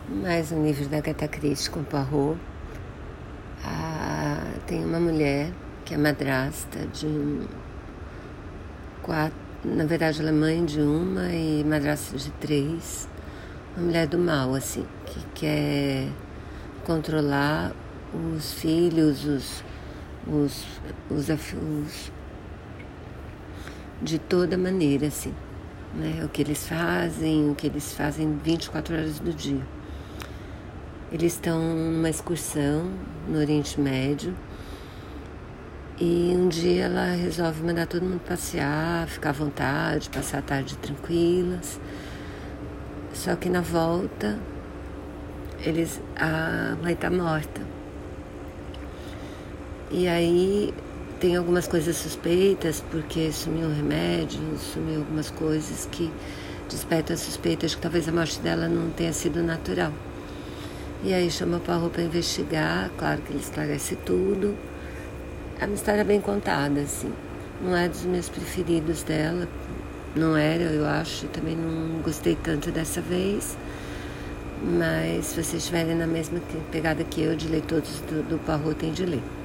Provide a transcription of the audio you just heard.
Mais um livro da Agatha Christie com Poirot. Tem uma mulher que é madrasta de quatro. Na verdade, ela é mãe de uma e madrasta de 3. Uma mulher do mal, assim, que quer controlar os filhos, de toda maneira, assim, né? O que eles fazem 24 horas do dia. Eles estão numa excursão no Oriente Médio e um dia ela resolve mandar todo mundo passear, ficar à vontade, passar a tarde tranquilas. Só que na volta a mãe está morta. E aí tem algumas coisas suspeitas, porque sumiu um remédio, sumiu algumas coisas que despertam a suspeita de que talvez a morte dela não tenha sido natural. E aí chama o Poirot para investigar, claro que ele esclarece tudo. É uma história bem contada, assim. Não é dos meus preferidos dela, não era, eu acho, também não gostei tanto dessa vez. Mas se vocês estiverem na mesma pegada que eu de ler todos do Poirot, tem de ler.